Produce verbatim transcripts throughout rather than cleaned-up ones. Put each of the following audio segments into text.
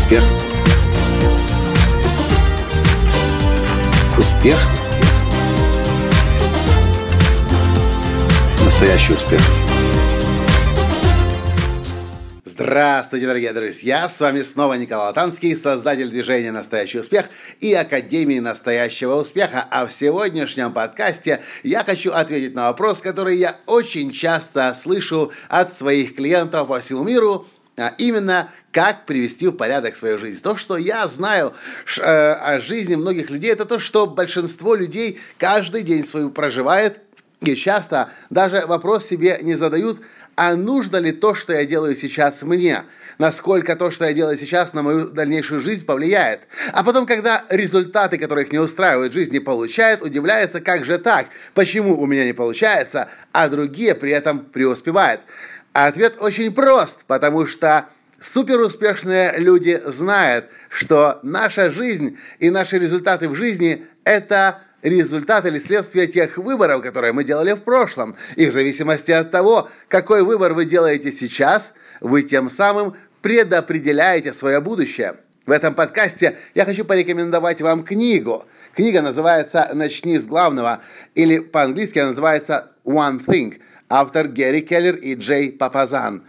Успех. Успех. Настоящий успех. Здравствуйте, дорогие друзья! С вами снова Николай Латанский, создатель движения «Настоящий успех» и Академии настоящего успеха. А в сегодняшнем подкасте я хочу ответить на вопрос, который я очень часто слышу от своих клиентов по всему миру, а именно, как привести в порядок свою жизнь. То, что я знаю э, о жизни многих людей, это то, что большинство людей каждый день свою проживает, и часто даже вопрос себе не задают, а нужно ли то, что я делаю сейчас мне? Насколько то, что я делаю сейчас, на мою дальнейшую жизнь повлияет? А потом, когда результаты, которые их не устраивают в жизни, получают, удивляются, как же так? Почему у меня не получается, а другие при этом преуспевают? А ответ очень прост, потому что суперуспешные люди знают, что наша жизнь и наши результаты в жизни – это результат или следствие тех выборов, которые мы делали в прошлом. И в зависимости от того, какой выбор вы делаете сейчас, вы тем самым предопределяете свое будущее. В этом подкасте я хочу порекомендовать вам книгу. Книга называется «Начни с главного», или по-английски она называется «One Thing». Автор Гэри Келлер и Джей Папазан.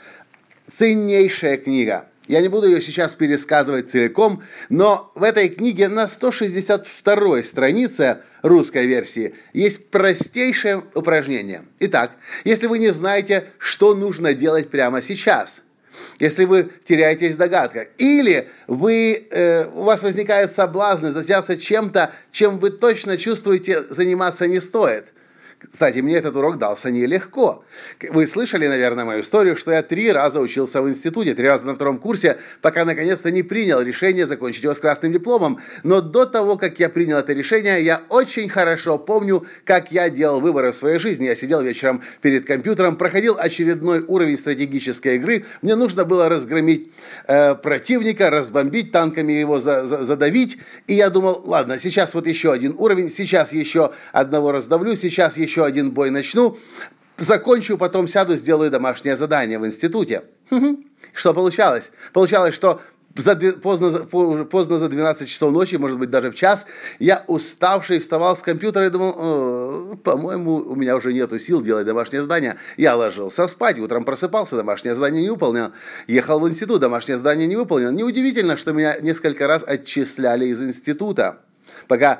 Ценнейшая книга. Я не буду ее сейчас пересказывать целиком, но в этой книге на сто шестьдесят второй странице русской версии есть простейшее упражнение. Итак, если вы не знаете, что нужно делать прямо сейчас, если вы теряетесь в догадках, или вы, э, у вас возникает соблазн заняться чем-то, чем вы точно чувствуете, заниматься не стоит. Кстати, мне этот урок дался нелегко. Вы слышали, наверное, мою историю, что я три раза учился в институте, три раза на втором курсе, пока наконец-то не принял решение закончить его с красным дипломом. Но до того, как я принял это решение, я очень хорошо помню, как я делал выборы в своей жизни. Я сидел вечером перед компьютером, проходил очередной уровень стратегической игры. Мне нужно было разгромить э, противника, разбомбить, танками его за, за, задавить. И я думал, ладно, сейчас вот еще один уровень, сейчас еще одного раздавлю, сейчас еще еще один бой начну, закончу, потом сяду, сделаю домашнее задание в институте. Что получалось? Получалось, что за, поздно, поздно за двенадцать часов ночи, может быть, даже в час, я уставший вставал с компьютера и думал, по-моему, у меня уже нету сил делать домашнее задание. Я ложился спать, утром просыпался, домашнее задание не выполнил. Ехал в институт, домашнее задание не выполнил. Неудивительно, что меня несколько раз отчисляли из института. Пока,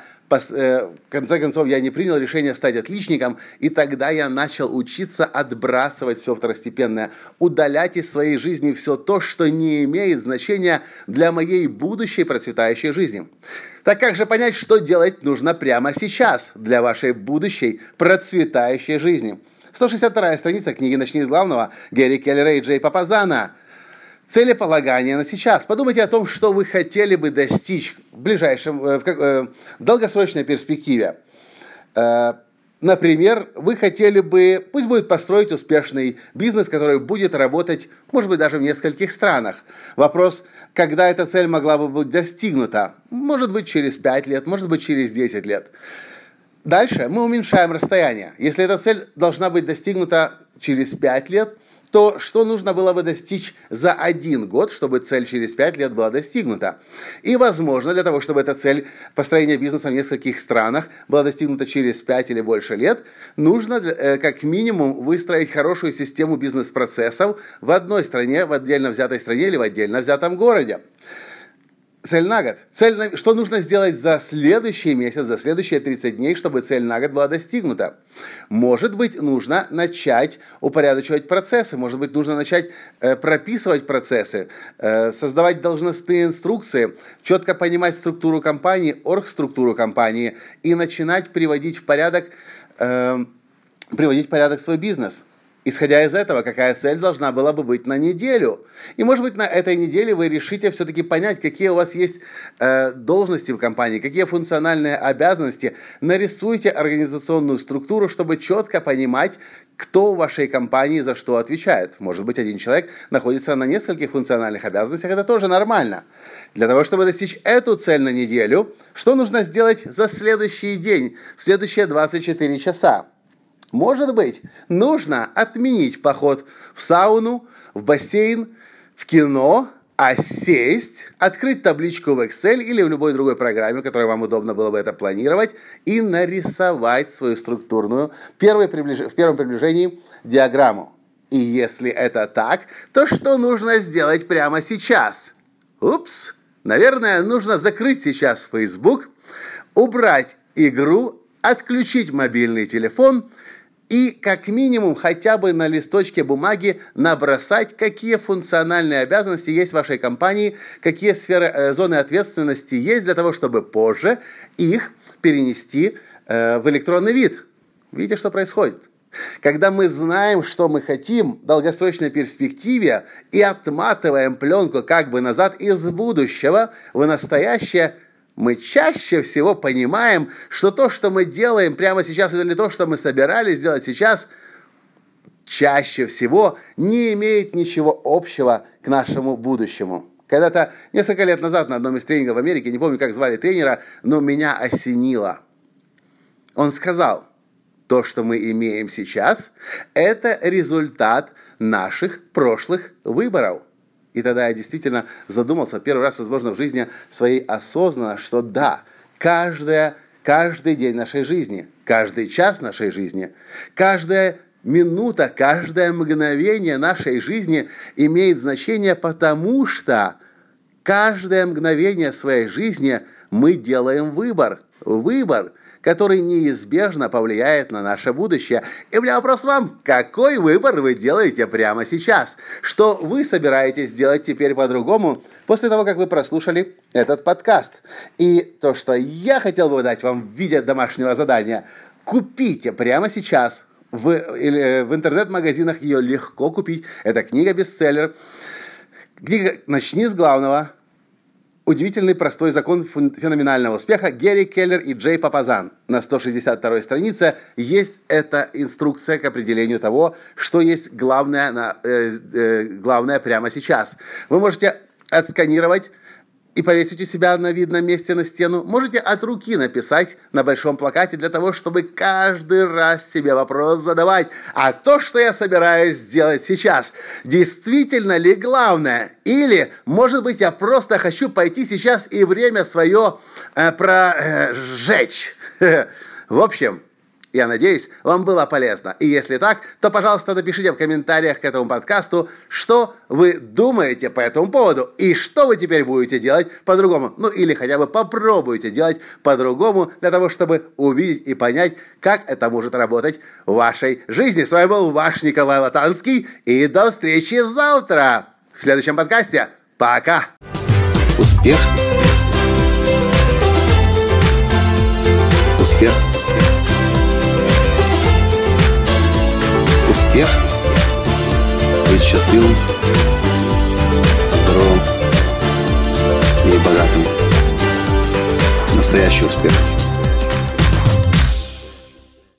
в конце концов, я не принял решение стать отличником, и тогда я начал учиться отбрасывать все второстепенное, удалять из своей жизни все то, что не имеет значения для моей будущей процветающей жизни. Так как же понять, что делать нужно прямо сейчас для вашей будущей процветающей жизни? сто шестьдесят вторая страница книги «Начни с главного» Гэри Келлера и Джей Папазана. Целеполагание на сейчас. Подумайте о том, что вы хотели бы достичь в ближайшем, в, как, в долгосрочной перспективе. Например, вы хотели бы, пусть будет построить успешный бизнес, который будет работать, может быть, даже в нескольких странах. Вопрос, когда эта цель могла бы быть достигнута? Может быть, через пять лет, может быть, через десять лет. Дальше мы уменьшаем расстояние. Если эта цель должна быть достигнута через пять лет, то что нужно было бы достичь за один год, чтобы цель через пять лет была достигнута? И, возможно, для того, чтобы эта цель построения бизнеса в нескольких странах была достигнута через пять или больше лет, нужно как минимум выстроить хорошую систему бизнес-процессов в одной стране, в отдельно взятой стране или в отдельно взятом городе. Цель на год. Цель, что нужно сделать за следующий месяц, за следующие тридцать дней, чтобы цель на год была достигнута? Может быть, нужно начать упорядочивать процессы, может быть, нужно начать э, прописывать процессы, э, создавать должностные инструкции, четко понимать структуру компании, оргструктуру компании и начинать приводить в порядок, э, приводить в порядок свой бизнес. Исходя из этого, какая цель должна была бы быть на неделю? И, может быть, на этой неделе вы решите все-таки понять, какие у вас есть э, должности в компании, какие функциональные обязанности. Нарисуйте организационную структуру, чтобы четко понимать, кто в вашей компании за что отвечает. Может быть, один человек находится на нескольких функциональных обязанностях, это тоже нормально. Для того, чтобы достичь эту цель на неделю, что нужно сделать за следующий день, в следующие двадцать четыре часа? Может быть, нужно отменить поход в сауну, в бассейн, в кино, а сесть, открыть табличку в Excel или в любой другой программе, в которой вам удобно было бы это планировать, и нарисовать свою структурную первое приближ... в первом приближении диаграмму. И если это так, то что нужно сделать прямо сейчас? Упс! Наверное, нужно закрыть сейчас Facebook, убрать игру, отключить мобильный телефон и как минимум хотя бы на листочке бумаги набросать, какие функциональные обязанности есть в вашей компании, какие сферы, э, зоны ответственности есть для того, чтобы позже их перенести э, в электронный вид. Видите, что происходит? Когда мы знаем, что мы хотим в долгосрочной перспективе и отматываем пленку как бы назад из будущего в настоящее, мы чаще всего понимаем, что то, что мы делаем прямо сейчас, или то, что мы собирались сделать сейчас, чаще всего не имеет ничего общего к нашему будущему. Когда-то несколько лет назад на одном из тренингов в Америке, не помню, как звали тренера, но меня осенило. Он сказал: то, что мы имеем сейчас, это результат наших прошлых выборов. И тогда я действительно задумался, первый раз, возможно, в жизни своей осознанно, что да, каждая, каждый день нашей жизни, каждый час нашей жизни, каждая минута, каждое мгновение нашей жизни имеет значение, потому что каждое мгновение своей жизни мы делаем выбор. Выбор, который неизбежно повлияет на наше будущее. И у меня вопрос вам: какой выбор вы делаете прямо сейчас? Что вы собираетесь делать теперь по-другому после того, как вы прослушали этот подкаст? И то, что я хотел бы дать вам в виде домашнего задания: купите прямо сейчас в, в интернет-магазинах, ее легко купить. Это книга-бестселлер. Книга «Начни с главного. Удивительный простой закон феноменального успеха» Гэри Келлер и Джей Папазан. На сто шестьдесят второй странице есть эта инструкция к определению того, что есть главное, на, э, э, главное прямо сейчас. Вы можете отсканировать и повесить у себя на видном месте на стену. Можете от руки написать на большом плакате для того, чтобы каждый раз себе вопрос задавать: а то, что я собираюсь сделать сейчас, действительно ли главное? Или, может быть, я просто хочу пойти сейчас и время свое э, прожечь? В общем, я надеюсь, вам было полезно. И если так, то, пожалуйста, напишите в комментариях к этому подкасту, что вы думаете по этому поводу и что вы теперь будете делать по-другому. Ну, или хотя бы попробуйте делать по-другому для того, чтобы увидеть и понять, как это может работать в вашей жизни. С вами был ваш Николай Латанский. И до встречи завтра в следующем подкасте. Пока! Успех! Успех! Успех, быть счастливым, здоровым и богатым. Настоящий успех.